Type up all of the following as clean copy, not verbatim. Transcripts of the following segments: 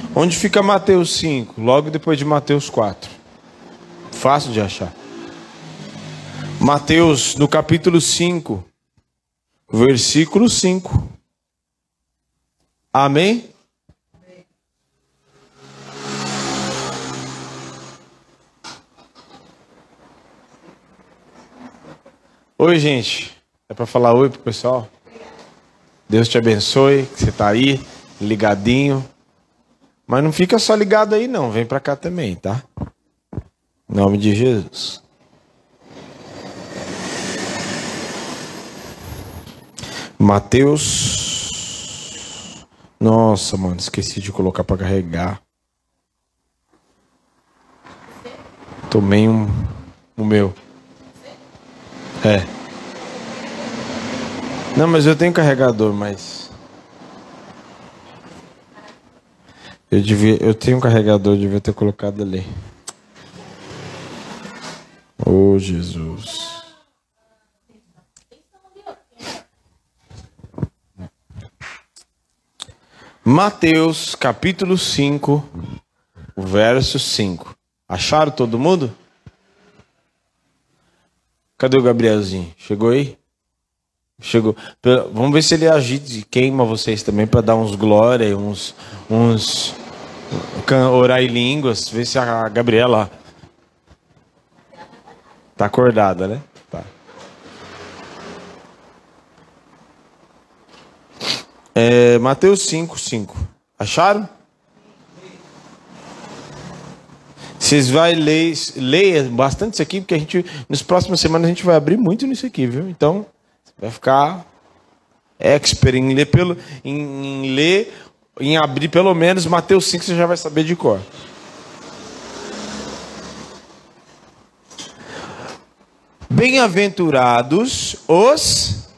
Onde fica Mateus 5? Logo depois de Mateus 4. Fácil de achar. Mateus, no capítulo 5, versículo 5. Amém? Oi, gente. É para falar oi pro pessoal? Deus te abençoe, que você tá aí, ligadinho. Mas não fica só ligado aí não, vem para cá também, tá? Em nome de Jesus. Mateus. Nossa, mano, esqueci de colocar para carregar. Tomei o meu. É. Não, mas eu tenho carregador, mas eu tenho um carregador, eu devia ter colocado ali. Oh, Jesus. Mateus, capítulo 5, verso 5. Acharam todo mundo? Cadê o Gabrielzinho? Chegou aí? Chegou. Vamos ver se ele agita e queima vocês também para dar uns glória, uns orar em línguas. Ver se a Gabriela tá acordada, né? Tá. Mateus 5, 5. Acharam? Vocês vão ler bastante isso aqui, porque nas próximas semanas a gente vai abrir muito nisso aqui, viu? Então, vai ficar expert em abrir pelo menos Mateus 5, você já vai saber de cor. Bem-aventurados os...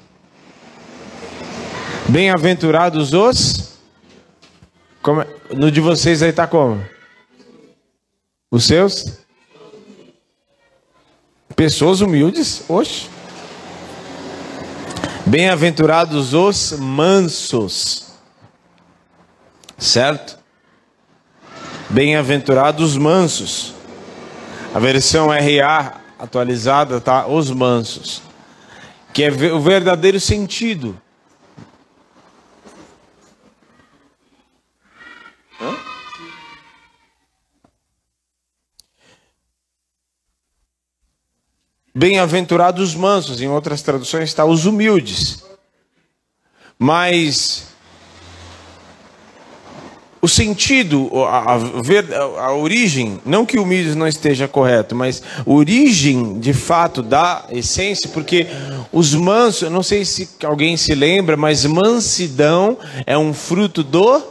No de vocês aí tá como? Os seus? Pessoas humildes? Oxe. Bem-aventurados os mansos. Certo? Bem-aventurados os mansos. A versão RA atualizada tá os mansos. Que é o verdadeiro sentido. Bem-aventurados os mansos, em outras traduções está os humildes. Mas o sentido, a origem, não que humildes não esteja correto, mas a origem de fato da essência, porque os mansos, eu não sei se alguém se lembra, mas mansidão é um fruto do...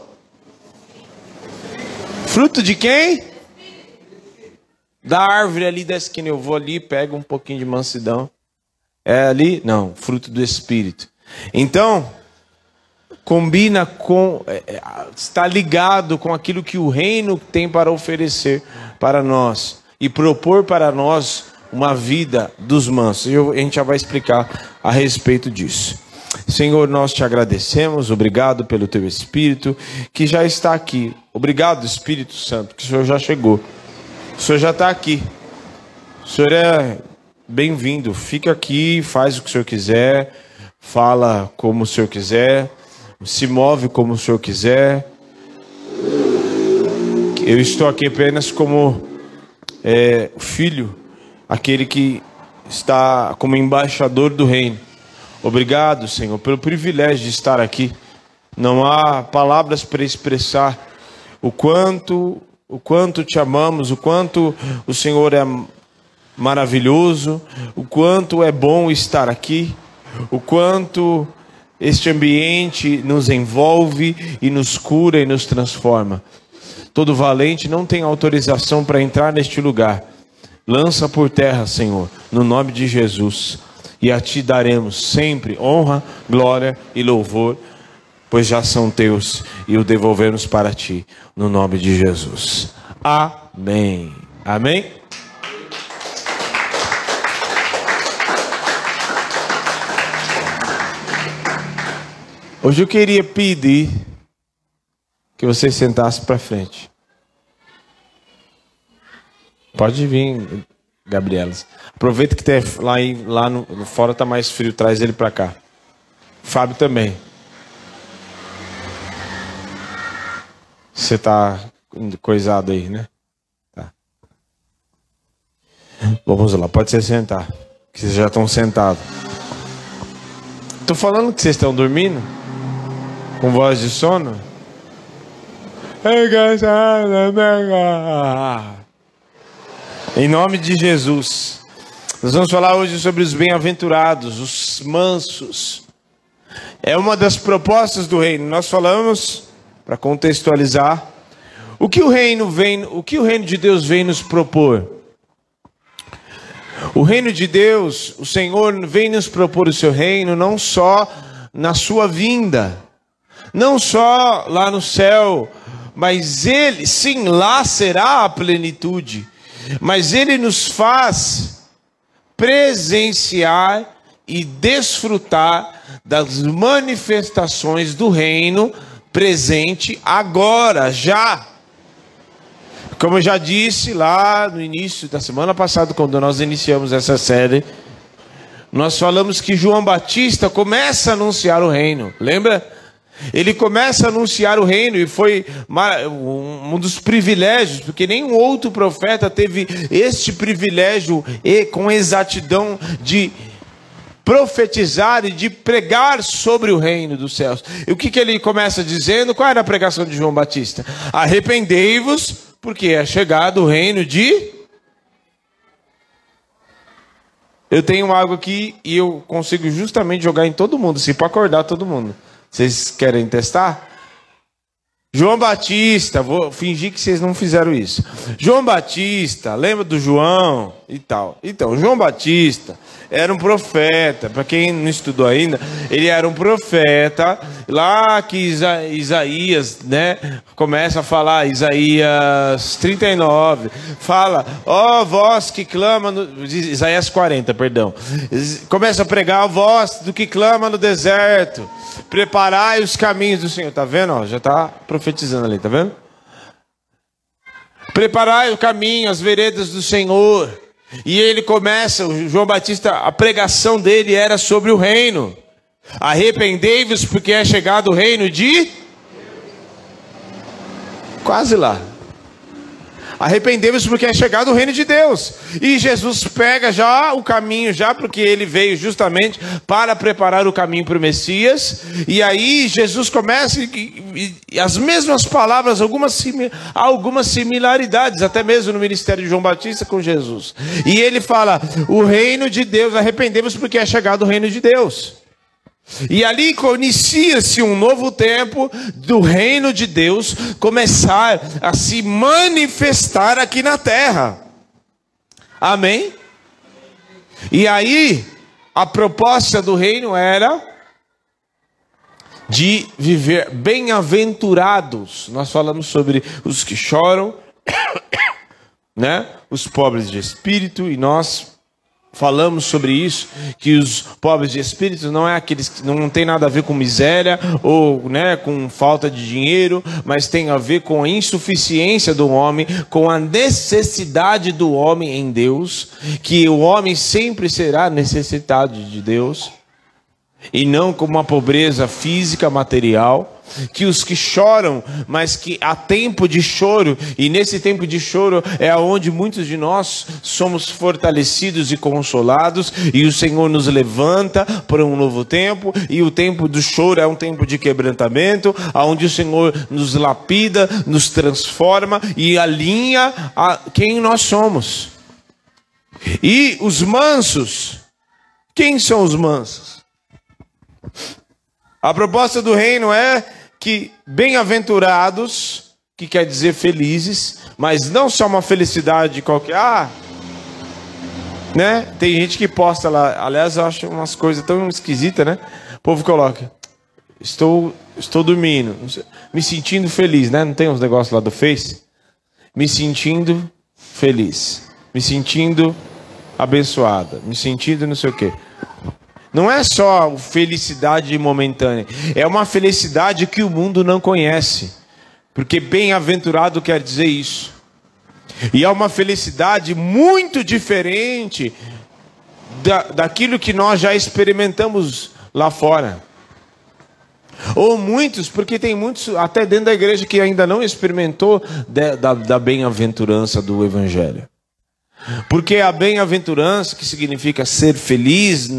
Fruto de quem? Da árvore ali da esquina. Eu vou ali, pego um pouquinho de mansidão. É ali? Não, fruto do Espírito. Então, combina com... está ligado com aquilo que o reino tem para oferecer para nós. E propor para nós uma vida dos mansos. E a gente já vai explicar a respeito disso. Senhor, nós te agradecemos. Obrigado pelo teu Espírito que já está aqui. Obrigado, Espírito Santo, que o Senhor já chegou. O Senhor já está aqui. O Senhor é bem-vindo. Fica aqui, faz o que o Senhor quiser. Fala como o Senhor quiser. Se move como o Senhor quiser. Eu estou aqui apenas como filho. Aquele que está como embaixador do reino. Obrigado, Senhor, pelo privilégio de estar aqui. Não há palavras para expressar o quanto te amamos, o quanto o Senhor é maravilhoso, o quanto é bom estar aqui, o quanto este ambiente nos envolve e nos cura e nos transforma. Todo valente não tem autorização para entrar neste lugar. Lança por terra, Senhor, no nome de Jesus. E a ti daremos sempre honra, glória e louvor, pois já são teus e o devolvemos para ti, no nome de Jesus. Amém. Amém? Hoje eu queria pedir que você sentasse para frente. Pode vir, Gabriela. Aproveita que tem lá no fora tá mais frio, traz ele para cá. Fábio também. Você tá coisado aí, né? Tá. Vamos lá, pode se sentar. Que vocês já estão sentados. Tô falando que vocês estão dormindo? Com voz de sono? Em nome de Jesus. Nós vamos falar hoje sobre os bem-aventurados, os mansos. É uma das propostas do reino. Nós falamos, para contextualizar, o que o reino de Deus vem nos propor. O reino de Deus, o Senhor vem nos propor o seu reino, não só na sua vinda, não só lá no céu, mas ele, sim, lá será a plenitude, mas ele nos faz presenciar e desfrutar das manifestações do reino presente agora, já. Como eu já disse lá no início da semana passada, quando nós iniciamos essa série, nós falamos que João Batista começa a anunciar o reino, lembra? Ele começa a anunciar o reino e foi um dos privilégios, porque nenhum outro profeta teve este privilégio e com exatidão de profetizar e de pregar sobre o reino dos céus. E o que ele começa dizendo? Qual era a pregação de João Batista? Arrependei-vos, porque é chegado o reino de... Eu tenho algo aqui e eu consigo justamente jogar em todo mundo, assim, para acordar todo mundo. Vocês querem testar? João Batista, vou fingir que vocês não fizeram isso. João Batista, lembra do João e tal? Então, João Batista era um profeta. Para quem não estudou ainda, ele era um profeta. Lá que Isaías, né, começa a falar, Isaías 39, fala, ó voz que clama, Isaías 40, perdão. Começa a pregar, ó voz do que clama no deserto, preparai os caminhos do Senhor. Tá vendo? Ó, já está profetizando ali, tá vendo? Preparai o caminho, as veredas do Senhor. E ele começa, o João Batista, a pregação dele era sobre o reino. Arrependei-vos porque é chegado o reino de... Quase lá. Arrependei-vos porque é chegado o reino de Deus. E Jesus pega já o caminho, já porque ele veio justamente para preparar o caminho para o Messias. E aí Jesus começa, e as mesmas palavras, algumas similaridades, até mesmo no ministério de João Batista com Jesus. E ele fala, o reino de Deus, arrependei-vos porque é chegado o reino de Deus. E ali inicia-se um novo tempo do reino de Deus começar a se manifestar aqui na terra. Amém? E aí, a proposta do reino era de viver bem-aventurados. Nós falamos sobre os que choram, né? Os pobres de espírito, e nós falamos sobre isso, que os pobres de espírito não é aqueles que não tem nada a ver com miséria ou, né, com falta de dinheiro, mas tem a ver com a insuficiência do homem, com a necessidade do homem em Deus, que o homem sempre será necessitado de Deus, e não com uma pobreza física, material. Que os que choram, mas que há tempo de choro, e nesse tempo de choro é onde muitos de nós somos fortalecidos e consolados, e o Senhor nos levanta para um novo tempo, e o tempo do choro é um tempo de quebrantamento, onde o Senhor nos lapida, nos transforma e alinha a quem nós somos. E os mansos, quem são os mansos? A proposta do reino é que bem-aventurados, que quer dizer felizes, mas não só uma felicidade qualquer. Né? Tem gente que posta lá, aliás, eu acho umas coisas tão esquisitas, né? O povo coloca, estou dormindo, me sentindo feliz, né? Não tem uns negócios lá do Face? Me sentindo feliz, me sentindo abençoada, me sentindo não sei o quê. Não é só felicidade momentânea, é uma felicidade que o mundo não conhece. Porque bem-aventurado quer dizer isso. E é uma felicidade muito diferente daquilo que nós já experimentamos lá fora. Ou muitos, porque tem muitos até dentro da igreja que ainda não experimentou da bem-aventurança do Evangelho. Porque a bem-aventurança, que significa ser feliz,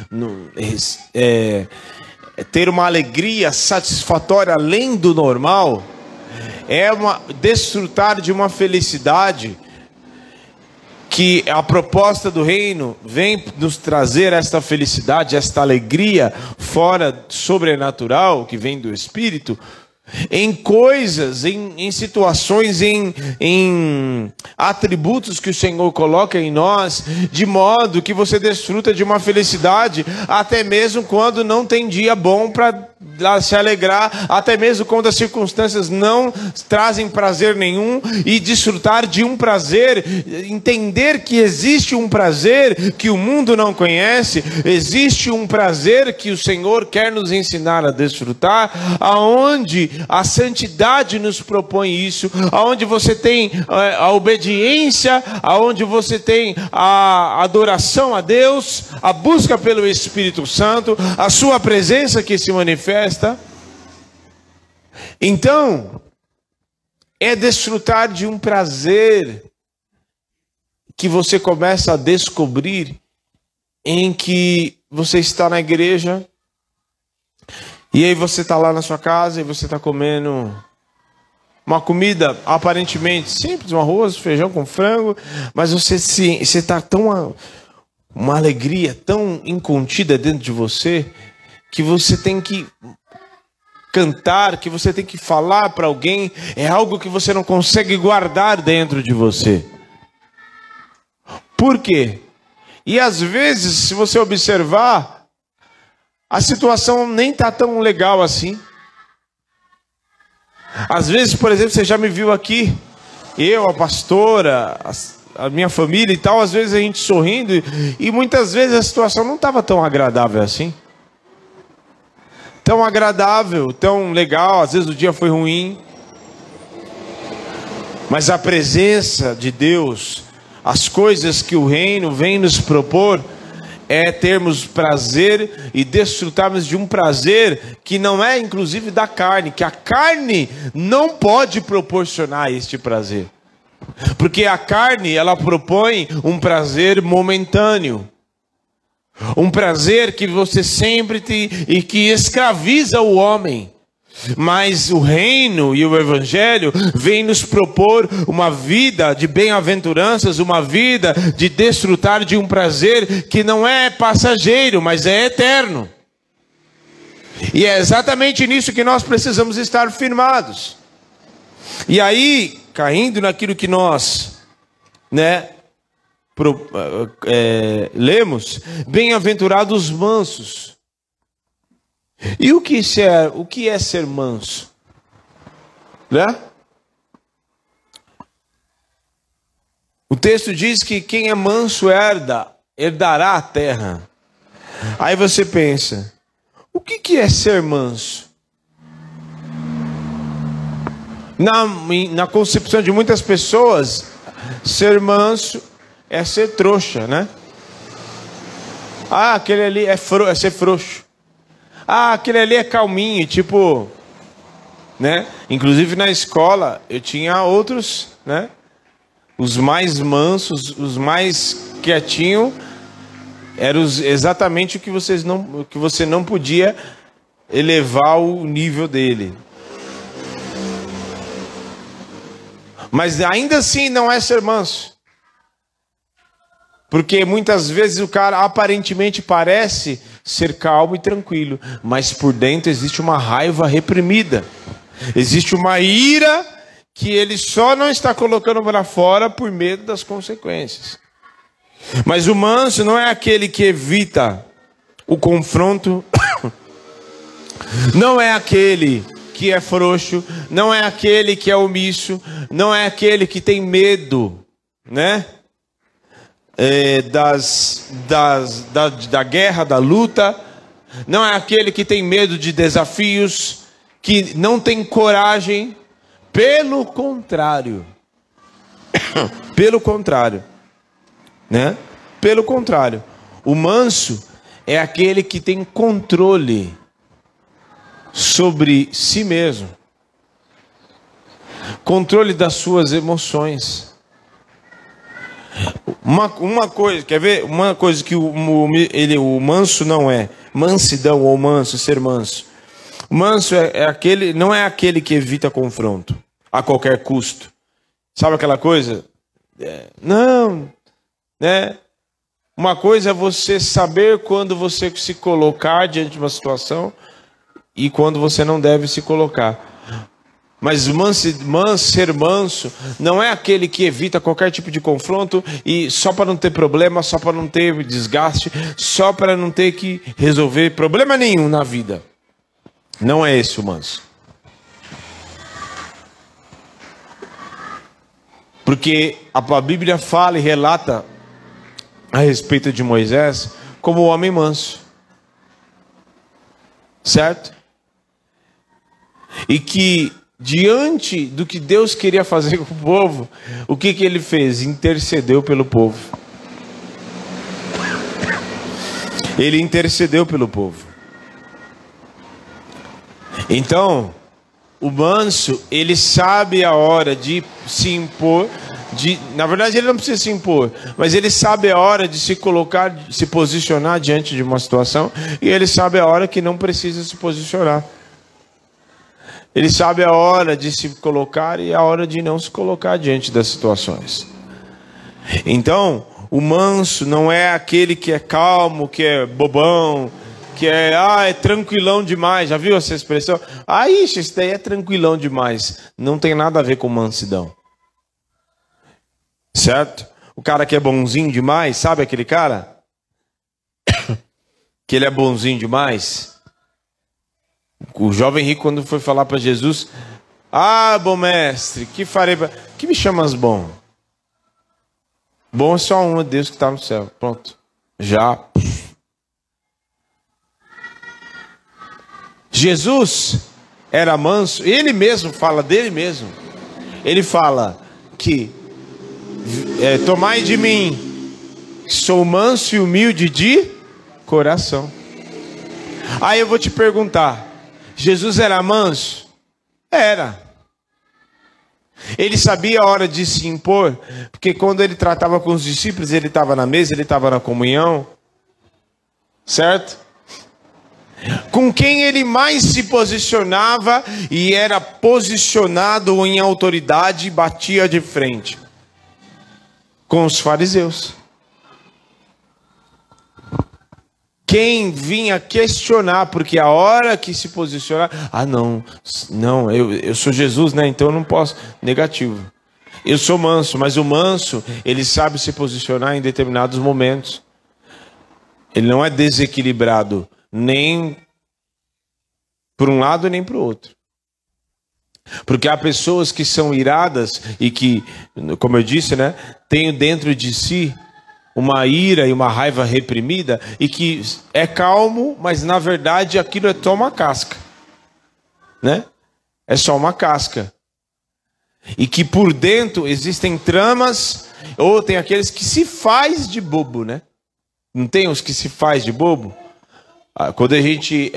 ter uma alegria satisfatória além do normal, desfrutar de uma felicidade que a proposta do reino vem nos trazer esta felicidade, esta alegria fora sobrenatural que vem do Espírito, em coisas, em situações, em atributos que o Senhor coloca em nós, de modo que você desfruta de uma felicidade, até mesmo quando não tem dia bom para se alegrar, até mesmo quando as circunstâncias não trazem prazer nenhum, e desfrutar de um prazer, entender que existe um prazer que o mundo não conhece, existe um prazer que o Senhor quer nos ensinar a desfrutar, aonde a santidade nos propõe isso, aonde você tem a obediência, aonde você tem a adoração a Deus, a busca pelo Espírito Santo, a sua presença que se manifesta. Então, é desfrutar de um prazer que você começa a descobrir em que você está na igreja. E aí você está lá na sua casa e você está comendo uma comida aparentemente simples, um arroz, feijão com frango, mas você está tão uma alegria tão incontida dentro de você que você tem que cantar, que você tem que falar para alguém, é algo que você não consegue guardar dentro de você. Por quê? E às vezes, se você observar, a situação nem está tão legal assim. Às vezes, por exemplo, você já me viu aqui, eu, a pastora, a minha família e tal, às vezes a gente sorrindo, e muitas vezes a situação não estava tão agradável assim. Tão agradável, tão legal, às vezes o dia foi ruim. Mas a presença de Deus, as coisas que o reino vem nos propor, é termos prazer e desfrutarmos de um prazer que não é inclusive da carne, que a carne não pode proporcionar este prazer. Porque a carne, ela propõe um prazer momentâneo. Um prazer que você sempre tem e que escraviza o homem. Mas o reino e o evangelho vem nos propor uma vida de bem-aventuranças, uma vida de desfrutar de um prazer que não é passageiro, mas é eterno. E é exatamente nisso que nós precisamos estar firmados. E aí, caindo naquilo que nós, lemos, bem-aventurados os mansos. E o que é ser manso? O texto diz que quem é manso herdará a terra. Aí você pensa, o que é ser manso? Na concepção de muitas pessoas, ser manso é ser trouxa, né? Ah, aquele ali é ser frouxo. Ah, aquele ali é calminho, tipo, Inclusive na escola eu tinha outros, Os mais mansos, os mais quietinhos, eram exatamente o que você não podia elevar o nível dele. Mas ainda assim não é ser manso. Porque muitas vezes o cara aparentemente parece ser calmo e tranquilo, mas por dentro existe uma raiva reprimida. Existe uma ira que ele só não está colocando para fora por medo das consequências. Mas o manso não é aquele que evita o confronto, não é aquele que é frouxo, não é aquele que é omisso, não é aquele que tem medo, da guerra, da luta, não é aquele que tem medo de desafios, que não tem coragem Pelo contrário. Pelo contrário. Né? Pelo contrário. O manso é aquele que tem controle sobre si mesmo. Controle das suas emoções. Uma coisa, quer ver? Uma coisa que o manso não é. Mansidão ou manso, ser manso. O manso não é aquele que evita confronto a qualquer custo. Sabe aquela coisa? Não, né? Uma coisa é você saber quando você se colocar diante de uma situação e quando você não deve se colocar. Mas ser manso não é aquele que evita qualquer tipo de confronto e só para não ter problema, só para não ter desgaste, só para não ter que resolver problema nenhum na vida. Não é esse o manso. Porque a Bíblia fala e relata a respeito de Moisés como o homem manso. Certo? E que diante do que Deus queria fazer com o povo, o que ele fez? Intercedeu pelo povo. Ele intercedeu pelo povo. Então, o manso, ele sabe a hora de se impor, na verdade ele não precisa se impor, mas ele sabe a hora de se colocar, se posicionar diante de uma situação, e ele sabe a hora que não precisa se posicionar. Ele sabe a hora de se colocar e a hora de não se colocar diante das situações. Então, o manso não é aquele que é calmo, que é bobão, que é tranquilão demais. Já viu essa expressão? Isso daí é tranquilão demais. Não tem nada a ver com mansidão. Certo? O cara que é bonzinho demais, sabe aquele cara? Que ele é bonzinho demais. O jovem rico, quando foi falar para Jesus: bom mestre, que farei para... Que me chamas bom? Bom é só um, é Deus que está no céu. Pronto. Já. Jesus era manso. Ele mesmo fala dele mesmo. Ele fala que tomai de mim, sou manso e humilde de coração. Aí eu vou te perguntar: Jesus era manso? Era. Ele sabia a hora de se impor, porque quando ele tratava com os discípulos, ele estava na mesa, ele estava na comunhão, certo? Com quem ele mais se posicionava e era posicionado em autoridade, batia de frente? Com os fariseus. Quem vinha questionar, porque a hora que se posicionar, não, eu sou Jesus, né? Então eu não posso. Negativo. Eu sou manso, mas o manso, ele sabe se posicionar em determinados momentos. Ele não é desequilibrado, nem por um lado nem para o outro. Porque há pessoas que são iradas e que, como eu disse, né, têm dentro de si uma ira e uma raiva reprimida, e que é calmo, mas na verdade aquilo é só uma casca, né? É só uma casca. E que por dentro existem tramas, ou tem aqueles que se faz de bobo, né? Não tem os que se faz de bobo? Quando a gente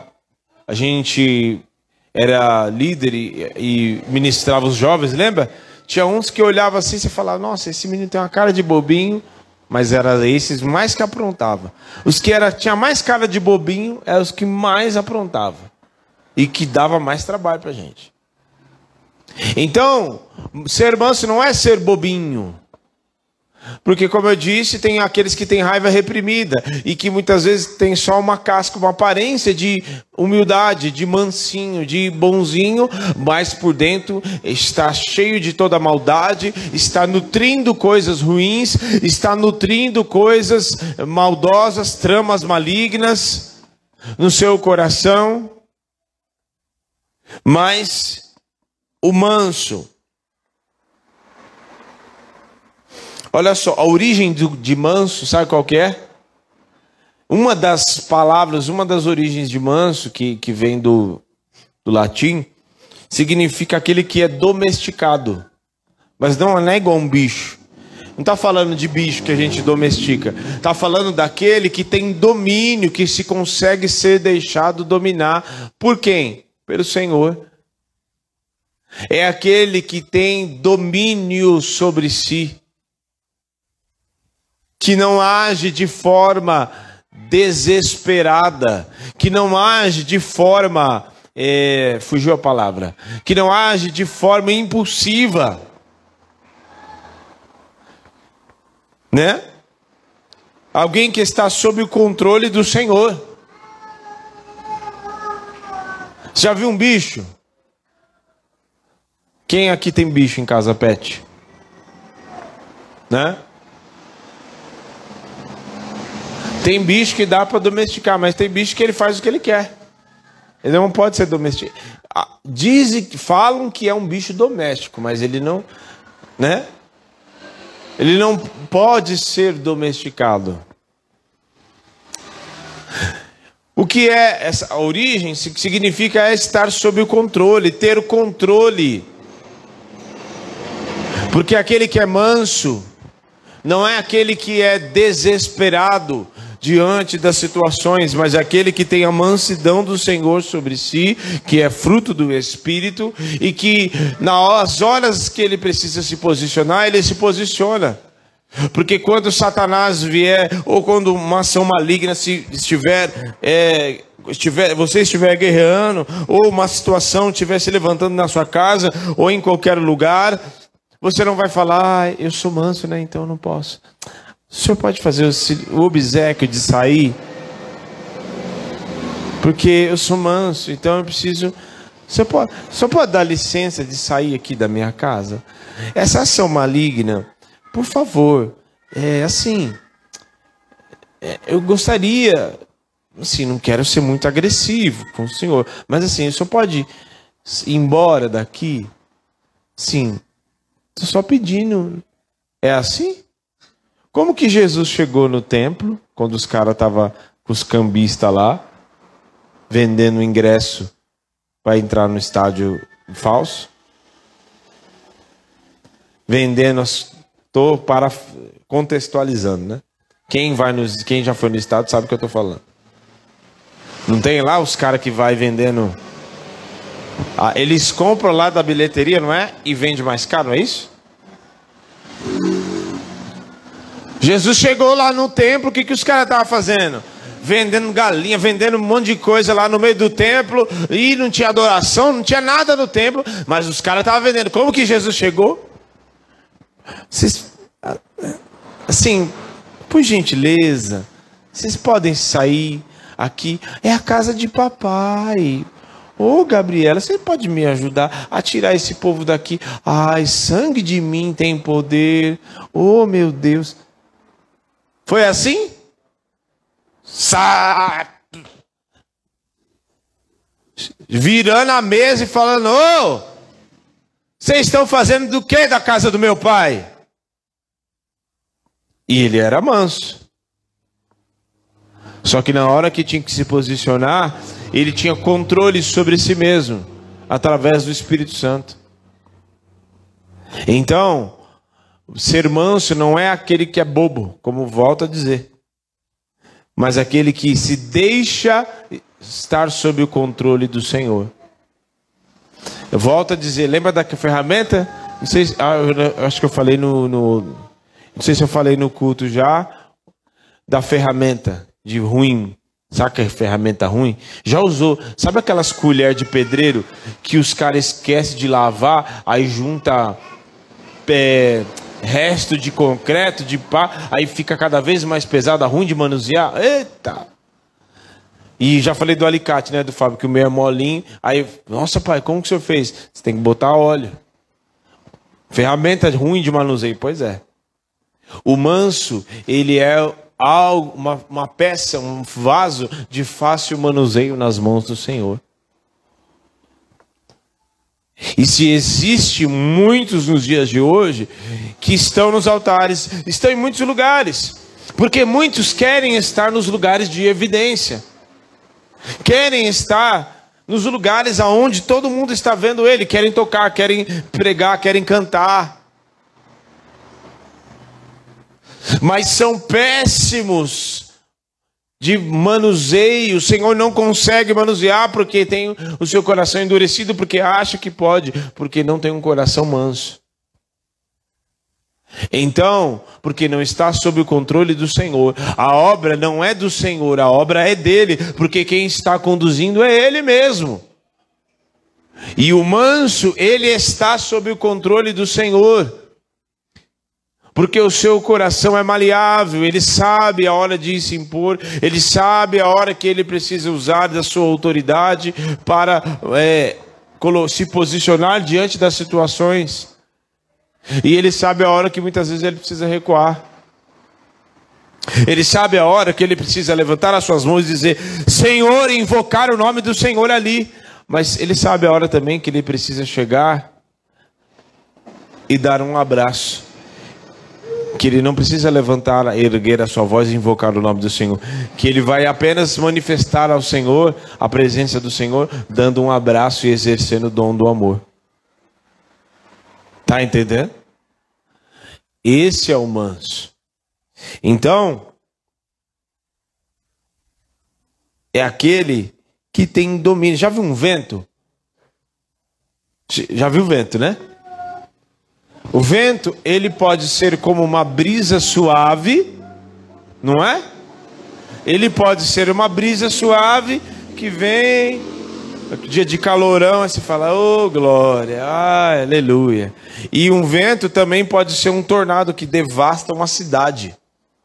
era líder e ministrava os jovens, lembra? Tinha uns que olhavam assim e você falava: nossa, esse menino tem uma cara de bobinho. Mas eram esses mais que aprontavam. Os que tinha mais cara de bobinho eram os que mais aprontavam. E que dava mais trabalho pra gente. Então, ser manso não é ser bobinho. Porque, como eu disse, tem aqueles que têm raiva reprimida e que muitas vezes tem só uma casca, uma aparência de humildade, de mansinho, de bonzinho, mas por dentro está cheio de toda maldade, está nutrindo coisas ruins, está nutrindo coisas maldosas, tramas malignas no seu coração. Mas o manso, olha só, a origem de manso, sabe qual que é? Uma das palavras, uma das origens de manso, que vem do latim, significa aquele que é domesticado. Mas não é igual um bicho. Não está falando de bicho que a gente domestica. Está falando daquele que tem domínio, que se consegue ser deixado dominar. Por quem? Pelo Senhor. É aquele que tem domínio sobre si. Que não age de forma desesperada. Que não age de forma... fugiu a palavra. Que não age de forma impulsiva. Né? Alguém que está sob o controle do Senhor. Já viu um bicho? Quem aqui tem bicho em casa, pet? Né? Tem bicho que dá para domesticar, mas tem bicho que ele faz o que ele quer. Ele não pode ser domesticado. Falam que é um bicho doméstico, mas ele não, né? Ele não pode ser domesticado. O que é essa origem? Significa estar sob o controle, ter o controle. Porque aquele que é manso não é aquele que é desesperado diante das situações, mas é aquele que tem a mansidão do Senhor sobre si, que é fruto do Espírito, e que nas horas que ele precisa se posicionar, ele se posiciona. Porque quando Satanás vier, ou quando uma ação maligna você estiver guerreando, ou uma situação estiver se levantando na sua casa, ou em qualquer lugar, você não vai falar, eu sou manso, né? Então eu não posso. O senhor pode fazer o obséquio de sair? Porque eu sou manso, então eu preciso... O senhor pode dar licença de sair aqui da minha casa? Essa ação maligna, por favor, eu gostaria... Assim, não quero ser muito agressivo com o senhor, mas assim, o senhor pode ir embora daqui? Sim, estou só pedindo. É assim? Como que Jesus chegou no templo, quando os caras estavam com os cambistas lá, vendendo ingresso para entrar no estádio falso? Vendendo, estou contextualizando, né? Quem já foi no estádio sabe o que eu estou falando. Não tem lá os caras que vai vendendo... eles compram lá da bilheteria, não é? E vende mais caro, não é isso? Jesus chegou lá no templo, o que os caras estavam fazendo? Vendendo galinha, vendendo um monte de coisa lá no meio do templo, e não tinha adoração, não tinha nada no templo, mas os caras estavam vendendo. Como que Jesus chegou? Assim, por gentileza, vocês podem sair aqui, é a casa de papai. Ô Gabriela, você pode me ajudar a tirar esse povo daqui? Ai, sangue de mim tem poder. Oh meu Deus. Foi assim? Virando a mesa e falando: ô, vocês estão fazendo do que da casa do meu pai? E ele era manso. Só que na hora que tinha que se posicionar, ele tinha controle sobre si mesmo, através do Espírito Santo. Então, ser manso não é aquele que é bobo, como volto a dizer, mas aquele que se deixa estar sob o controle do Senhor. Eu volto a dizer, lembra da ferramenta? Não sei, eu acho que eu falei não sei se eu falei no culto já, da ferramenta de ruim. Sabe que é ferramenta ruim? Já usou? Sabe aquelas colheres de pedreiro que os caras esquecem de lavar, aí junta resto de concreto, de pá, aí fica cada vez mais pesada, ruim de manusear? Eita! E já falei do alicate, né, do Fábio, que o meu é molinho. Aí, nossa pai, como que o senhor fez? Você tem que botar óleo. Ferramenta ruim de manuseio, pois é. O manso, ele é uma peça, um vaso de fácil manuseio nas mãos do Senhor. E se existe muitos nos dias de hoje que estão nos altares, estão em muitos lugares, porque muitos querem estar nos lugares de evidência, querem estar nos lugares aonde todo mundo está vendo ele, querem tocar, querem pregar, querem cantar. Mas são péssimos de manuseio. O Senhor não consegue manusear porque tem o seu coração endurecido, porque acha que pode, porque não tem um coração manso. Então, porque não está sob o controle do Senhor, a obra não é do Senhor, a obra é dele, porque quem está conduzindo é ele mesmo. E o manso, ele está sob o controle do Senhor. Porque o seu coração é maleável, ele sabe a hora de se impor, ele sabe a hora que ele precisa usar da sua autoridade para se posicionar diante das situações. E ele sabe a hora que muitas vezes ele precisa recuar. Ele sabe a hora que ele precisa levantar as suas mãos e dizer: Senhor, e invocar o nome do Senhor ali. Mas ele sabe a hora também que ele precisa chegar e dar um abraço. Que ele não precisa levantar, erguer a sua voz e invocar o nome do Senhor. Que ele vai apenas manifestar ao Senhor a presença do Senhor, dando um abraço e exercendo o dom do amor. Está entendendo? Esse é o manso. Então, é aquele que tem domínio. Já viu um vento? Já viu o vento, né? O vento, ele pode ser como uma brisa suave, não é? Ele pode ser uma brisa suave que vem, dia de calorão, aí você fala: oh glória, aleluia. E um vento também pode ser um tornado que devasta uma cidade.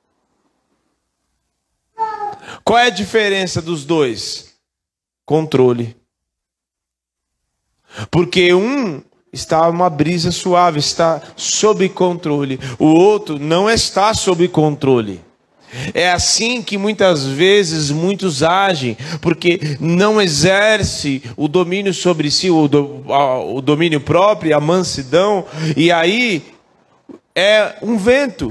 Qual é a diferença dos dois? Controle. Porque um está uma brisa suave, está sob controle. O outro não está sob controle. É assim que muitas vezes muitos agem, porque não exerce o domínio sobre si, o domínio próprio, a mansidão, e aí é um vento.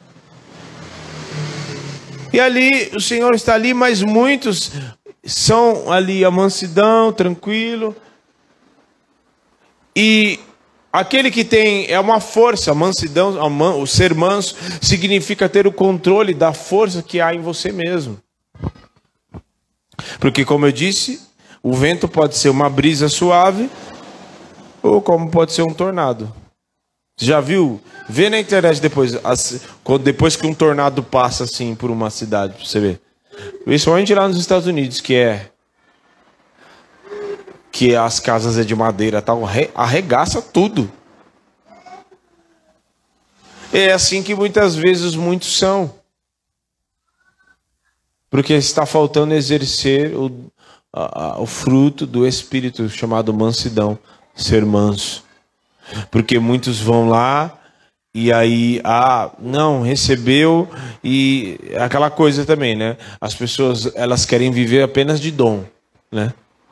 E ali o Senhor está ali, mas muitos são ali a mansidão, tranquilo. E aquele que tem é uma força, a mansidão, o ser manso significa ter o controle da força que há em você mesmo. Porque, como eu disse, o vento pode ser uma brisa suave ou como pode ser um tornado. Você já viu? Vê na internet depois que um tornado passa assim por uma cidade, pra você ver. Principalmente lá nos Estados Unidos, que as casas é de madeira, tal, arregaça tudo. É assim que muitas vezes muitos são. Porque está faltando exercer o fruto do Espírito chamado mansidão, ser manso. Porque muitos vão lá e aí, não, recebeu, e aquela coisa também, né? As pessoas, elas querem viver apenas de dom, né?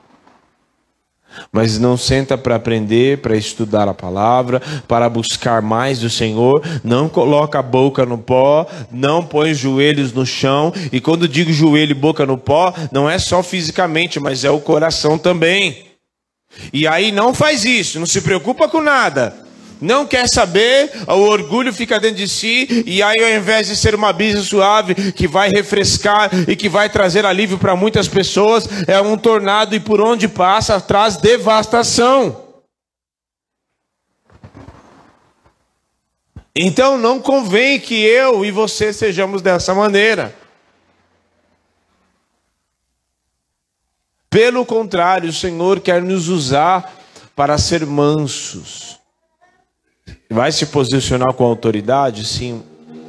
Mas não senta para aprender, para estudar a palavra, para buscar mais do Senhor, não coloca a boca no pó, não põe os joelhos no chão. E quando digo joelho e boca no pó, não é só fisicamente, mas é o coração também. E aí não faz isso, não se preocupa com nada. Não quer saber, o orgulho fica dentro de si, e aí ao invés de ser uma brisa suave que vai refrescar e que vai trazer alívio para muitas pessoas, é um tornado e por onde passa traz devastação. Então não convém que eu e você sejamos dessa maneira. Pelo contrário, o Senhor quer nos usar para ser mansos. Vai se posicionar com autoridade? Sim.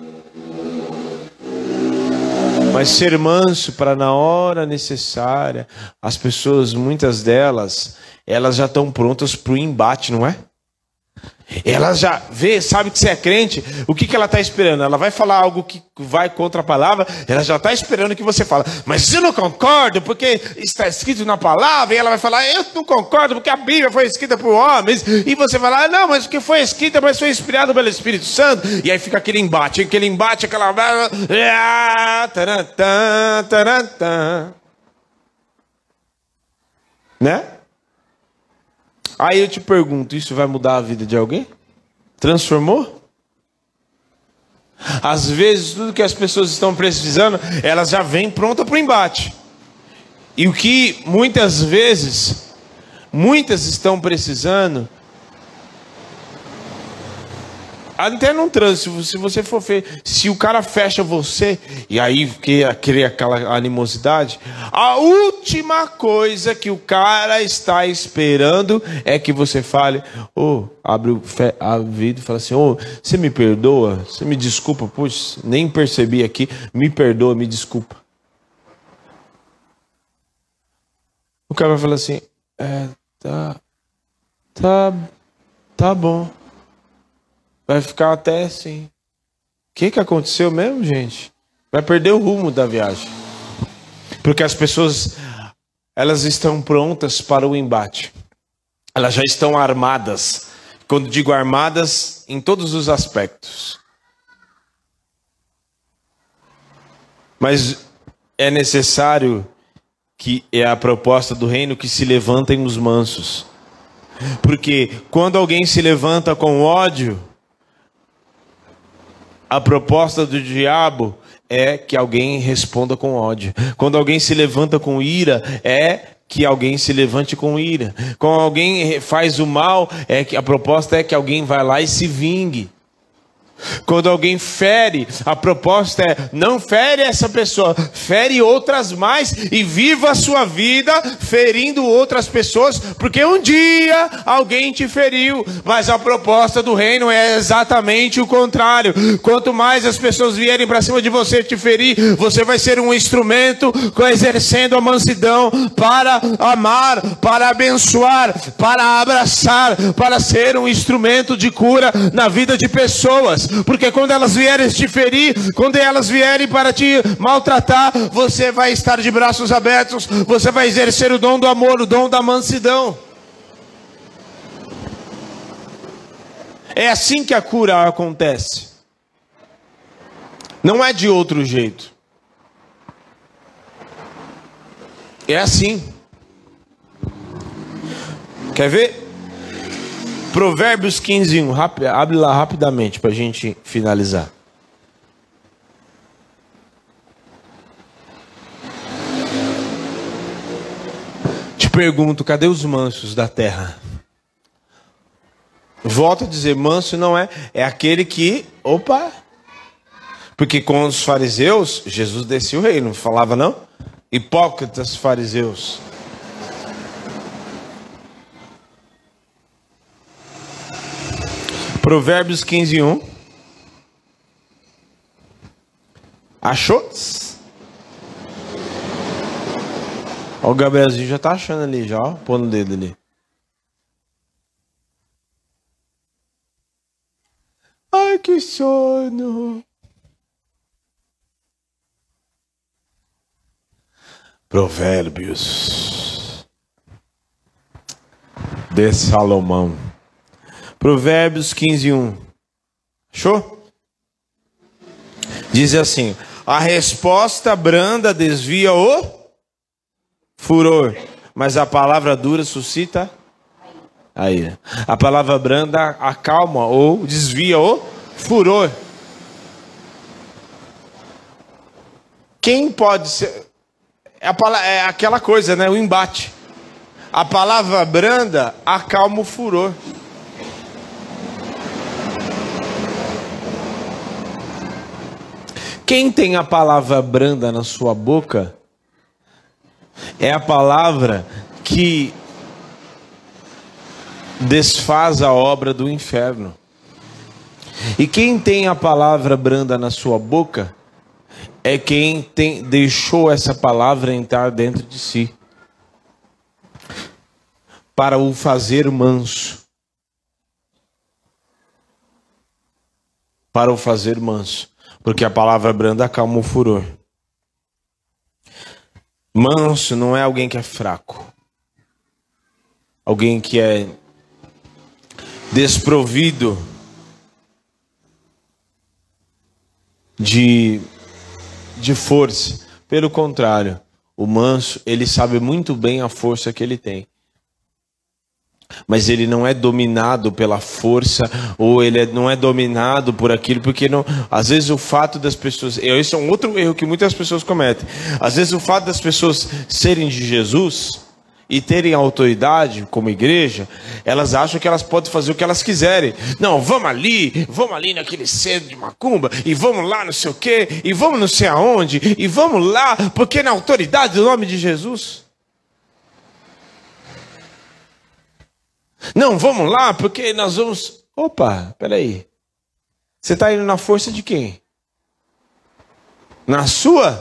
Mas ser manso para na hora necessária. As pessoas, muitas delas, elas já estão prontas para o embate, não é? Ela já sabe que você é crente, o que ela está esperando? Ela vai falar algo que vai contra a palavra, ela já está esperando que você fale: mas eu não concordo porque está escrito na palavra. E ela vai falar: eu não concordo porque a Bíblia foi escrita por homens. E você vai falar: não, mas porque foi escrita, mas foi inspirado pelo Espírito Santo. E aí fica aquele embate, aquela... Né? Aí eu te pergunto, isso vai mudar a vida de alguém? Transformou? Às vezes, tudo que as pessoas estão precisando, elas já vêm prontas para o embate. E o que muitas vezes, muitas estão precisando, até num trânsito, se você for se o cara fecha você, e aí cria aquela animosidade, a última coisa que o cara está esperando é que você fale, abre o vidro e fala assim, você me perdoa? Você me desculpa? Puxa, nem percebi aqui, me perdoa, me desculpa. O cara vai falar assim, tá bom. Vai ficar até assim. O que aconteceu mesmo, gente? Vai perder o rumo da viagem. Porque as pessoas, elas estão prontas para o embate. Elas já estão armadas. Quando digo armadas, em todos os aspectos. Mas é necessário que é a proposta do reino que se levantem os mansos. Porque quando alguém se levanta com ódio, a proposta do diabo é que alguém responda com ódio. Quando alguém se levanta com ira, é que alguém se levante com ira. Quando alguém faz o mal, a proposta é que alguém vá lá e se vingue. Quando alguém fere, a proposta é, não fere essa pessoa, fere outras mais e viva a sua vida ferindo outras pessoas, porque um dia alguém te feriu, mas a proposta do reino é exatamente o contrário. Quanto mais as pessoas vierem para cima de você te ferir, você vai ser um instrumento exercendo a mansidão para amar, para abençoar, para abraçar, para ser um instrumento de cura na vida de pessoas. Porque quando elas vierem te ferir, quando elas vierem para te maltratar, você vai estar de braços abertos, você vai exercer o dom do amor, o dom da mansidão. É assim que a cura acontece. Não é de outro jeito. É assim. Quer ver? Provérbios 15:1, abre lá rapidamente para a gente finalizar. Te pergunto, cadê os mansos da terra? Volto a dizer, manso não é aquele que, porque com os fariseus, Jesus descia o reino, falava não? Hipócritas fariseus. Provérbios 15:1. Achou? Ó, o Gabrielzinho já tá achando ali, já, ó, pondo o dedo ali. Ai, que sono. Provérbios de Salomão. Provérbios 15:1. Achou? Diz assim: a resposta branda desvia o furor, mas a palavra dura suscita a ira. A palavra branda acalma ou desvia o furor. Quem pode ser? É aquela coisa, né? O embate. A palavra branda acalma o furor. Quem tem a palavra branda na sua boca é a palavra que desfaz a obra do inferno. E quem tem a palavra branda na sua boca é quem deixou essa palavra entrar dentro de si, para o fazer manso. Para o fazer manso. Porque a palavra branda acalma o furor. Manso não é alguém que é fraco. Alguém que é desprovido de força. Pelo contrário, O manso, ele sabe muito bem a força que ele tem. Mas ele não é dominado pela força, ou não é dominado por aquilo, porque não, às vezes o fato das pessoas... Esse é um outro erro que muitas pessoas cometem. Às vezes o fato das pessoas serem de Jesus e terem autoridade como igreja, elas acham que elas podem fazer o que elas quiserem. Não, vamos ali naquele centro de macumba, e vamos lá não sei o quê, e vamos não sei aonde, e vamos lá, porque na autoridade do nome de Jesus. Não, vamos lá, porque nós vamos... Opa, peraí. Você está indo na força de quem? Na sua?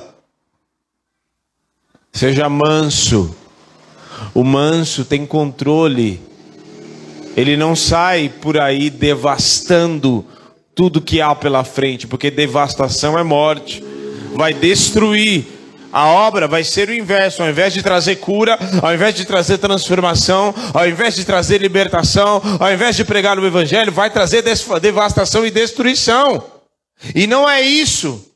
Seja manso. O manso tem controle. Ele não sai por aí devastando tudo que há pela frente, porque devastação é morte. Vai destruir. A obra vai ser o inverso. Ao invés de trazer cura, ao invés de trazer transformação, ao invés de trazer libertação, ao invés de pregar o evangelho, vai trazer devastação e destruição. E não é isso.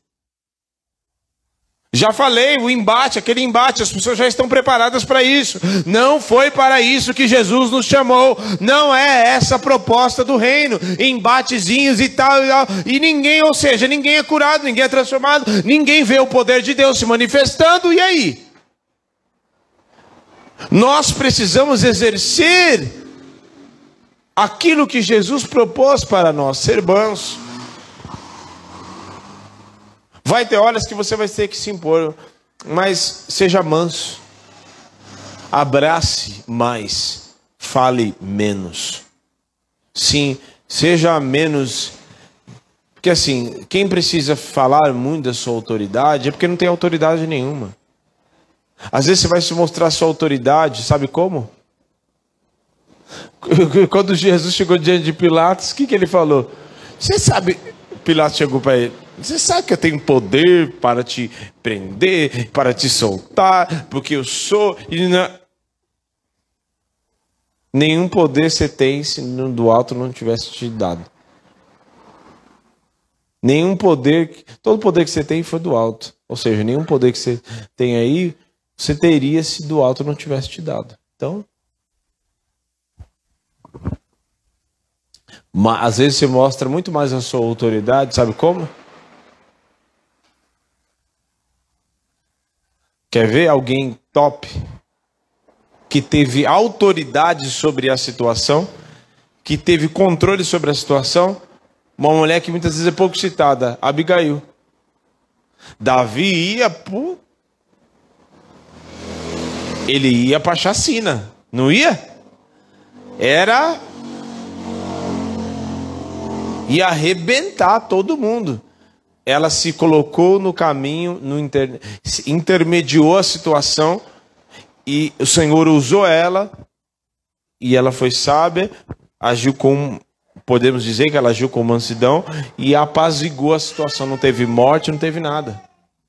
Já falei, aquele embate, as pessoas já estão preparadas para isso. Não foi para isso que Jesus nos chamou. Não é essa a proposta do reino. Embatezinhos e tal, e tal. E ninguém, ou seja, ninguém é curado, ninguém é transformado, ninguém vê o poder de Deus se manifestando. E aí? Nós precisamos exercer aquilo que Jesus propôs para nós, ser manso. Vai ter horas que você vai ter que se impor, mas seja manso. Abrace mais, fale menos. Sim, seja menos. Porque assim, quem precisa falar muito da sua autoridade é porque não tem autoridade nenhuma. Às vezes você vai se mostrar sua autoridade, sabe como? Quando Jesus chegou diante de Pilatos, o que ele falou? Você sabe, Pilatos chegou para ele. Você sabe que eu tenho poder para te prender, para te soltar, porque eu sou... Nenhum poder você tem se do alto não tivesse te dado. Nenhum poder... Todo poder que você tem foi do alto. Ou seja, nenhum poder que você tem aí, você teria se do alto não tivesse te dado. Então... Mas, às vezes você mostra muito mais a sua autoridade, sabe como? Quer ver alguém top, que teve autoridade sobre a situação, que teve controle sobre a situação? Uma mulher que muitas vezes é pouco citada, Abigail. Davi ia ele ia para chacina, não ia? Ia arrebentar todo mundo. Ela se colocou no caminho, intermediou a situação, e o Senhor usou ela, e ela foi sábia, podemos dizer que ela agiu com mansidão, e apaziguou a situação. Não teve morte, não teve nada.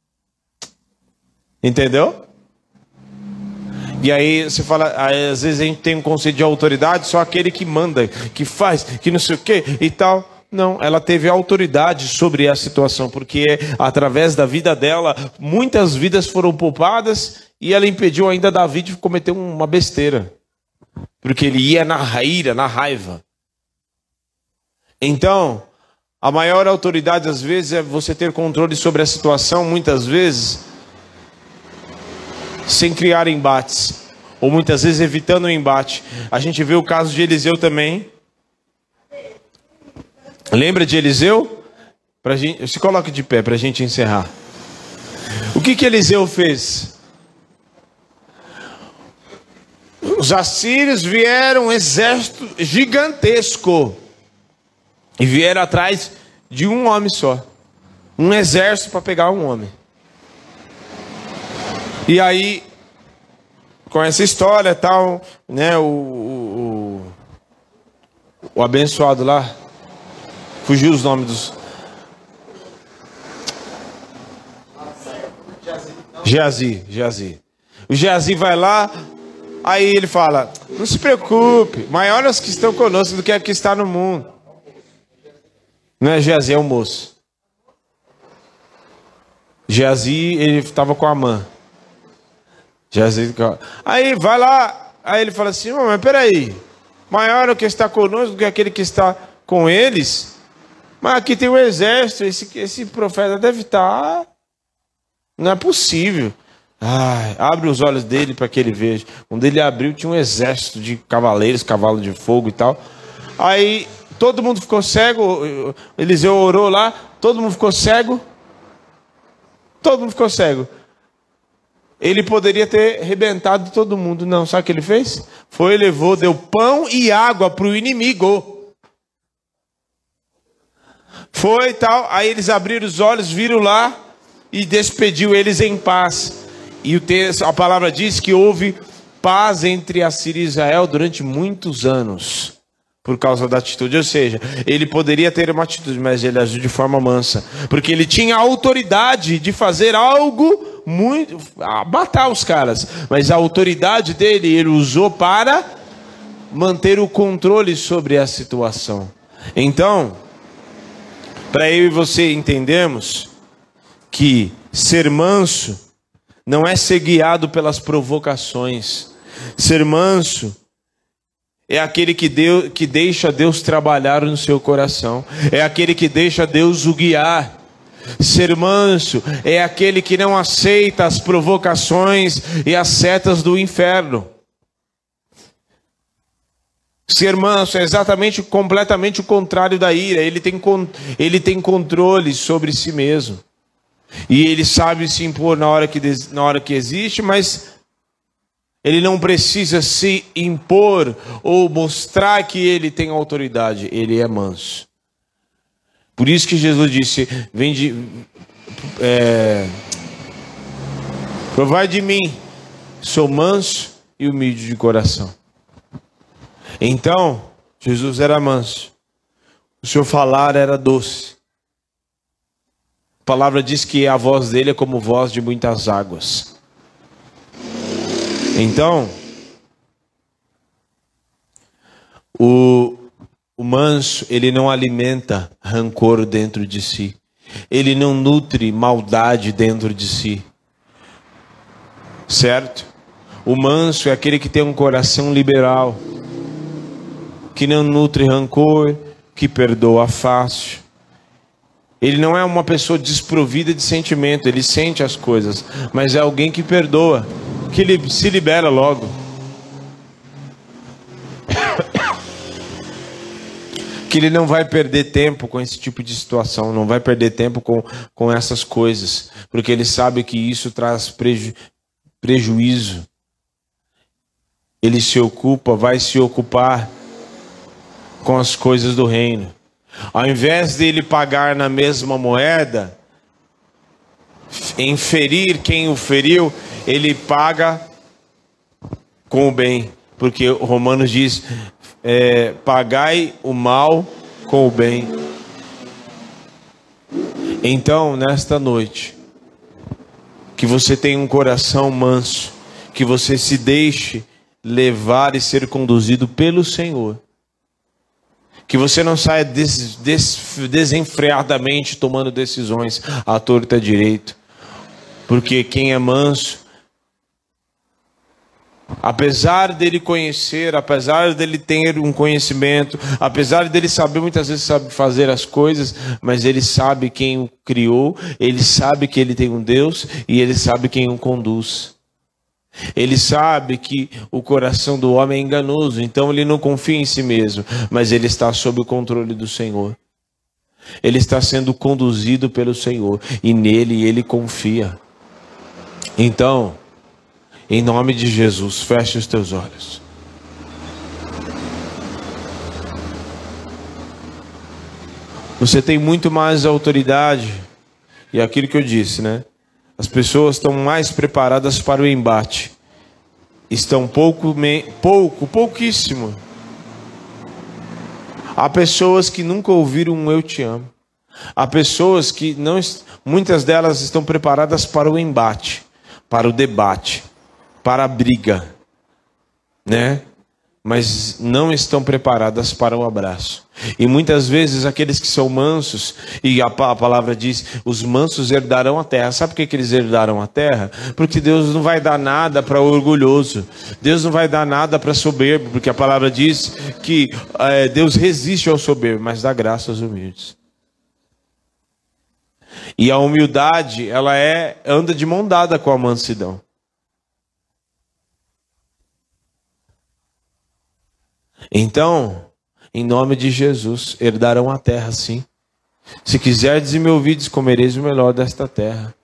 Entendeu? E aí você fala, às vezes a gente tem um conceito de autoridade, só aquele que manda, que faz, que não sei o que e tal. Não, ela teve autoridade sobre a situação, porque através da vida dela, muitas vidas foram poupadas, e ela impediu ainda Davi de cometer uma besteira. Porque ele ia na ira, na raiva. Então, a maior autoridade às vezes é você ter controle sobre a situação, muitas vezes, sem criar embates. Ou muitas vezes evitando o embate. A gente vê o caso de Eliseu também. Lembra de Eliseu? Se coloque de pé para a gente encerrar. O que Eliseu fez? Os assírios vieram, um exército gigantesco, e vieram atrás de um homem só. Um exército para pegar um homem. E aí, com essa história e tal, né, o abençoado lá, fugiu os nomes dos... Geazi. O Geazi vai lá, aí ele fala, não se preocupe, maiores que estão conosco do que aqui está no mundo. Não é Geazi, é o moço. Geazi, ele estava com a Amã. Já aí vai lá, aí ele fala assim: mas peraí, maior é o que está conosco do que aquele que está com eles. Mas aqui tem um exército, esse profeta deve estar... Não é possível. Abre os olhos dele para que ele veja. Quando ele abriu, tinha um exército de cavaleiros, cavalos de fogo e tal. Aí todo mundo ficou cego. Eliseu orou lá, todo mundo ficou cego. Todo mundo ficou cego. Ele poderia ter arrebentado todo mundo. Não, sabe o que ele fez? Foi, levou, deu pão e água para o inimigo. Foi e tal. Aí eles abriram os olhos, viram lá e despediu eles em paz. E a palavra diz que houve paz entre a Síria e Israel durante muitos anos. Por causa da atitude. Ou seja, ele poderia ter uma atitude, mas ele agiu de forma mansa. Porque ele tinha a autoridade de fazer algo muito... matar os caras. Mas a autoridade dele, ele usou para manter o controle sobre a situação. Então, para eu e você entendermos que ser manso não é ser guiado pelas provocações. Ser manso é aquele que deixa Deus trabalhar no seu coração. É aquele que deixa Deus o guiar. Ser manso é aquele que não aceita as provocações e as setas do inferno. Ser manso é exatamente, completamente o contrário da ira. Ele tem controle sobre si mesmo. E ele sabe se impor na hora que existe, mas ele não precisa se impor ou mostrar que ele tem autoridade. Ele é manso. Por isso que Jesus disse: provai de mim, sou manso e humilde de coração. Então, Jesus era manso. O seu falar era doce. A palavra diz que a voz dele é como voz de muitas águas. Então, o manso, ele não alimenta rancor dentro de si. Ele não nutre maldade dentro de si. Certo? O manso é aquele que tem um coração liberal, que não nutre rancor, que perdoa fácil. Ele não é uma pessoa desprovida de sentimento, ele sente as coisas, mas é alguém que perdoa, que ele se libera logo. Que ele não vai perder tempo com esse tipo de situação, não vai perder tempo com essas coisas, porque ele sabe que isso traz prejuízo. Ele vai se ocupar com as coisas do reino. Ao invés de ele pagar na mesma moeda, em ferir quem o feriu, ele paga com o bem. Porque o Romanos diz, pagai o mal com o bem. Então, nesta noite, que você tenha um coração manso, que você se deixe levar e ser conduzido pelo Senhor. Que você não saia desenfreadamente tomando decisões à torta direito. Porque quem é manso, apesar dele conhecer, apesar dele ter um conhecimento, apesar dele saber, muitas vezes sabe fazer as coisas, mas ele sabe quem o criou, ele sabe que ele tem um Deus e ele sabe quem o conduz. Ele sabe que o coração do homem é enganoso, então ele não confia em si mesmo, mas ele está sob o controle do Senhor. Ele está sendo conduzido pelo Senhor e nele ele confia. Então, em nome de Jesus, feche os teus olhos. Você tem muito mais autoridade, e é aquilo que eu disse, né? As pessoas estão mais preparadas para o embate. Estão pouquíssimo. Há pessoas que nunca ouviram um eu te amo. Há pessoas que não, muitas delas estão preparadas para o embate, para o debate, para a briga, né? mas não estão preparadas para o abraço. E muitas vezes aqueles que são mansos, e a palavra diz, os mansos herdarão a terra. Sabe por que eles herdarão a terra? Porque Deus não vai dar nada para o orgulhoso, Deus não vai dar nada para soberbo, porque a palavra diz que Deus resiste ao soberbo, mas dá graça aos humildes. E a humildade, ela anda de mão dada com a mansidão. Então, em nome de Jesus, herdarão a terra, sim. Se quiserdes e me ouvides, comereis o melhor desta terra.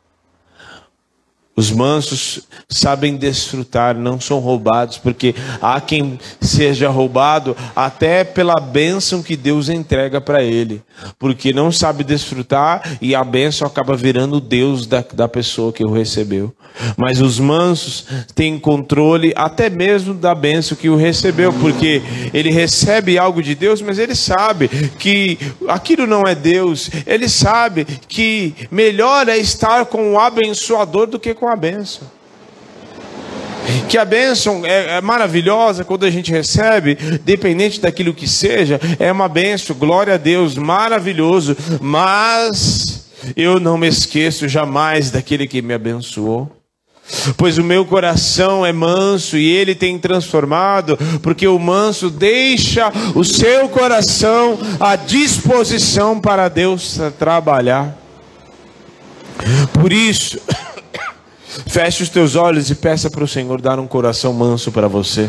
Os mansos sabem desfrutar, não são roubados, porque há quem seja roubado até pela bênção que Deus entrega para ele, porque não sabe desfrutar e a bênção acaba virando o Deus da pessoa que o recebeu. Mas os mansos têm controle até mesmo da bênção que o recebeu, porque ele recebe algo de Deus, mas ele sabe que aquilo não é Deus. Ele sabe que melhor é estar com o abençoador do que com a bênção. Que a bênção é maravilhosa quando a gente recebe, dependente daquilo que seja, é uma bênção, glória a Deus, maravilhoso, mas eu não me esqueço jamais daquele que me abençoou. Pois o meu coração é manso e ele tem transformado, porque o manso deixa o seu coração à disposição para Deus trabalhar. Por isso, feche os teus olhos e peça para o Senhor dar um coração manso para você.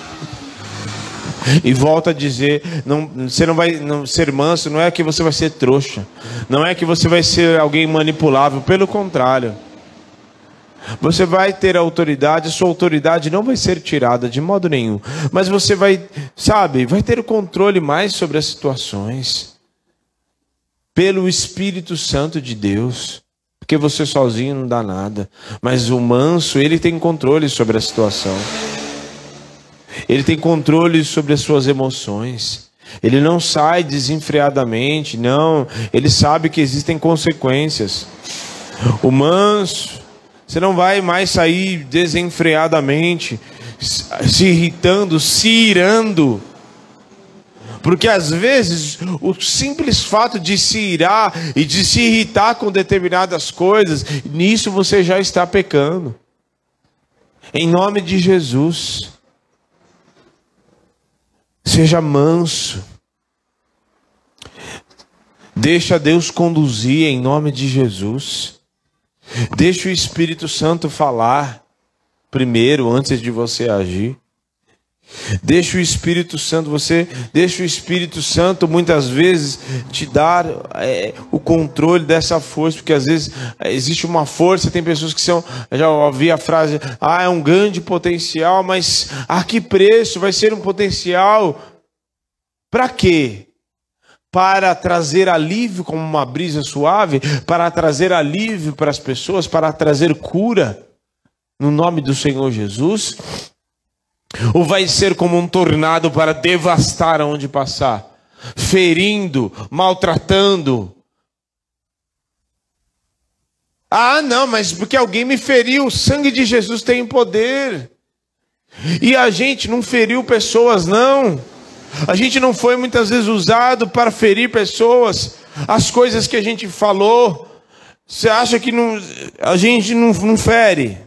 E volto a dizer, você não vai ser manso, não é que você vai ser trouxa, não é que você vai ser alguém manipulável, pelo contrário. Você vai ter autoridade, sua autoridade não vai ser tirada de modo nenhum, mas você vai ter o controle mais sobre as situações, pelo Espírito Santo de Deus, porque você sozinho não dá nada, mas o manso, ele tem controle sobre a situação, ele tem controle sobre as suas emoções, ele não sai desenfreadamente, não, ele sabe que existem consequências. O manso, você não vai mais sair desenfreadamente, se irritando, se irando. Porque às vezes o simples fato de se irar e de se irritar com determinadas coisas, nisso você já está pecando. Em nome de Jesus, seja manso. Deixa Deus conduzir em nome de Jesus. Deixa o Espírito Santo falar primeiro, antes de você agir. Deixa o Espírito Santo muitas vezes te dar o controle dessa força, porque às vezes existe uma força, tem pessoas que já ouvi a frase, é um grande potencial, mas a que preço vai ser um potencial? Para quê? Para trazer alívio como uma brisa suave, para trazer alívio para as pessoas, para trazer cura no nome do Senhor Jesus? Ou vai ser como um tornado para devastar aonde passar, ferindo, maltratando? Não, mas porque alguém me feriu, o sangue de Jesus tem poder. E a gente não feriu pessoas, não. A gente não foi muitas vezes usado para ferir pessoas. As coisas que a gente falou, você acha que a gente não fere?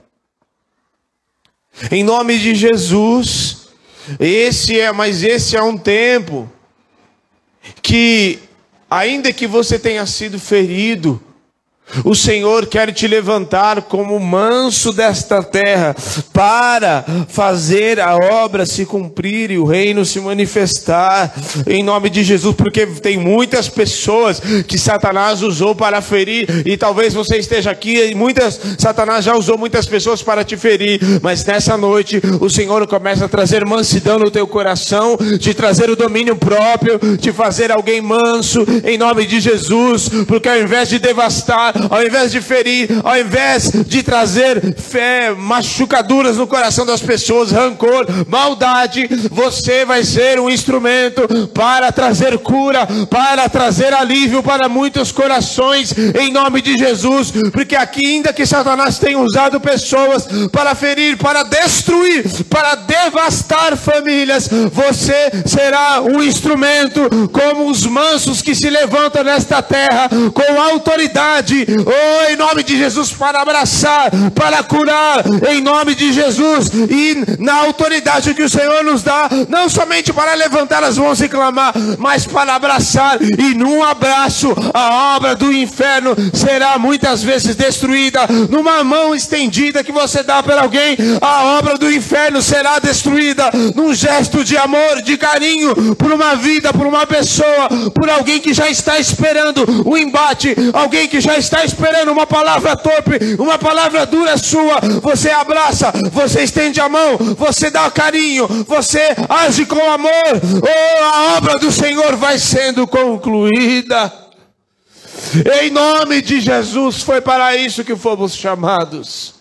Em nome de Jesus, esse é um tempo que, ainda que você tenha sido ferido, o Senhor quer te levantar como manso desta terra para fazer a obra se cumprir e o reino se manifestar em nome de Jesus, porque tem muitas pessoas que Satanás usou para ferir, e talvez você esteja aqui e Satanás já usou muitas pessoas para te ferir, mas nessa noite o Senhor começa a trazer mansidão no teu coração, te trazer o domínio próprio, te fazer alguém manso em nome de Jesus, porque ao invés de devastar, ao invés de ferir, ao invés de trazer machucaduras no coração das pessoas, rancor, maldade, você vai ser um instrumento para trazer cura, para trazer alívio para muitos corações, em nome de Jesus. Porque aqui, ainda que Satanás tenha usado pessoas para ferir, para destruir, para devastar famílias, você será um instrumento como os mansos que se levantam nesta terra com autoridade, em nome de Jesus, para abraçar, para curar, em nome de Jesus, e na autoridade que o Senhor nos dá, não somente para levantar as mãos e clamar, mas para abraçar, e num abraço a obra do inferno será muitas vezes destruída. Numa mão estendida que você dá para alguém, a obra do inferno será destruída. Num gesto de amor, de carinho, por uma vida, por uma pessoa, por alguém que já está esperando o embate, alguém que já está esperando uma palavra torpe, uma palavra dura sua, você abraça, você estende a mão, você dá carinho, você age com amor, a obra do Senhor vai sendo concluída. Em nome de Jesus, foi para isso que fomos chamados.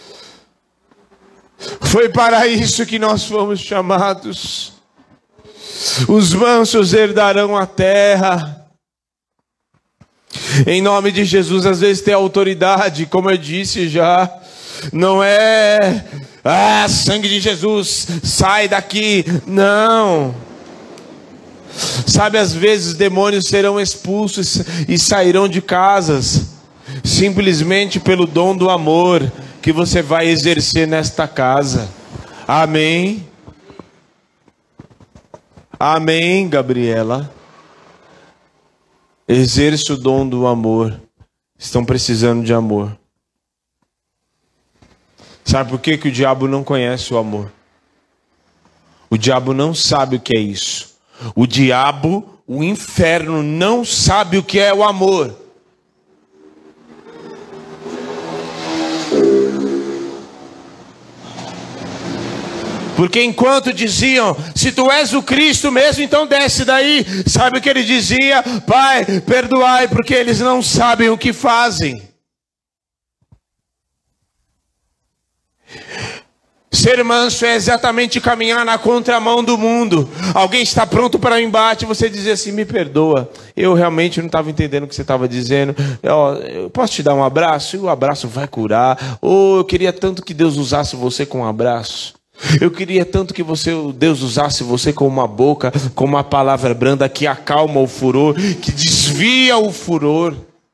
Foi para isso que nós fomos chamados. Os mansos herdarão a terra. Em nome de Jesus, às vezes ter autoridade, como eu disse já, não é sangue de Jesus, sai daqui. Não. Sabe, às vezes demônios serão expulsos e sairão de casas, simplesmente pelo dom do amor que você vai exercer nesta casa. Amém? Amém, Gabriela? Exerça o dom do amor. Estão precisando de amor. Sabe por que o diabo não conhece o amor? O diabo não sabe o que é isso. O diabo, o inferno, não sabe o que é o amor. Porque enquanto diziam, se tu és o Cristo mesmo, então desce daí. Sabe o que ele dizia? Pai, perdoai, porque eles não sabem o que fazem. Ser manso é exatamente caminhar na contramão do mundo. Alguém está pronto para o embate, você dizer assim, me perdoa, eu realmente não estava entendendo o que você estava dizendo. Eu posso te dar um abraço? E o abraço vai curar. Ou eu queria tanto que Deus usasse você com um abraço. Eu queria tanto que Deus usasse você com uma boca, com uma palavra branda que acalma o furor, que desvia o furor.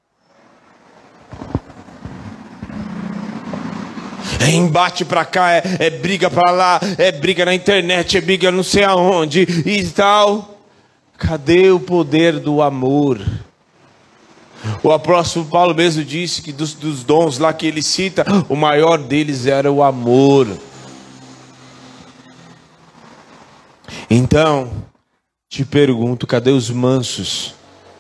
É embate pra cá, é briga pra lá, é briga na internet, é briga não sei aonde e tal. Cadê o poder do amor? O apóstolo Paulo mesmo disse que dos dons lá que ele cita, o maior deles era o amor. Então, te pergunto, cadê os mansos?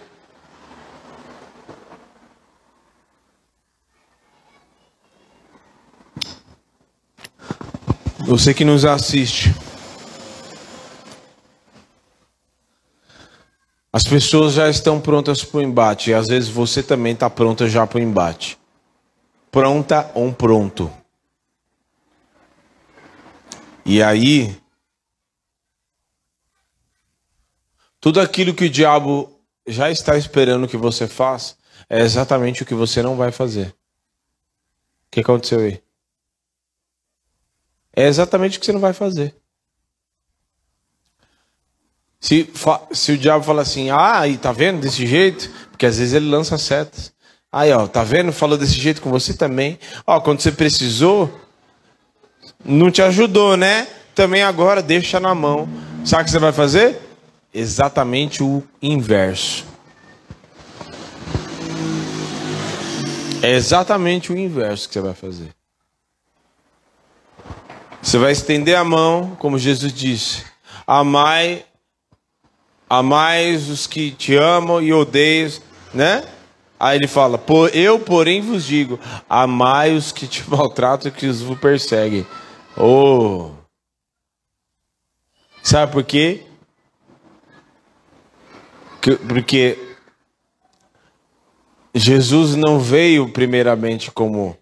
Você que nos assiste, as pessoas já estão prontas para o embate, e às vezes você também está pronta já para o embate. Pronta ou pronto. E aí, tudo aquilo que o diabo já está esperando que você faça, é exatamente o que você não vai fazer. O que aconteceu aí? É exatamente o que você não vai fazer. Se o diabo fala assim, e tá vendo desse jeito? Porque às vezes ele lança setas. Aí, tá vendo? Falou desse jeito com você também. Quando você precisou, não te ajudou, né? Também agora deixa na mão. Sabe o que você vai fazer? Exatamente o inverso. É exatamente o inverso que você vai fazer. Você vai estender a mão, como Jesus disse. Amai os que te amam e odeiam, né? Aí ele fala, eu porém vos digo, amai os que te maltratam e que vos perseguem. Sabe por quê? Porque Jesus não veio primeiramente como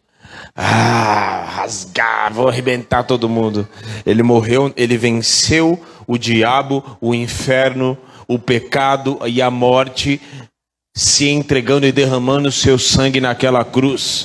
rasgar, vou arrebentar todo mundo. Ele morreu, ele venceu o diabo, o inferno, o pecado e a morte, se entregando e derramando o seu sangue naquela cruz.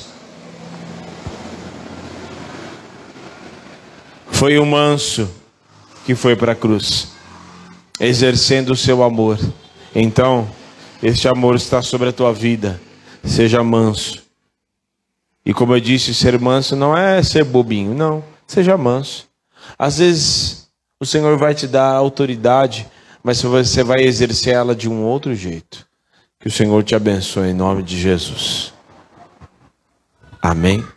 Foi o manso que foi para a cruz, exercendo o seu amor. Então, este amor está sobre a tua vida. Seja manso. E como eu disse, ser manso não é ser bobinho, não. Seja manso. Às vezes o Senhor vai te dar autoridade, mas você vai exercer ela de um outro jeito. Que o Senhor te abençoe em nome de Jesus. Amém.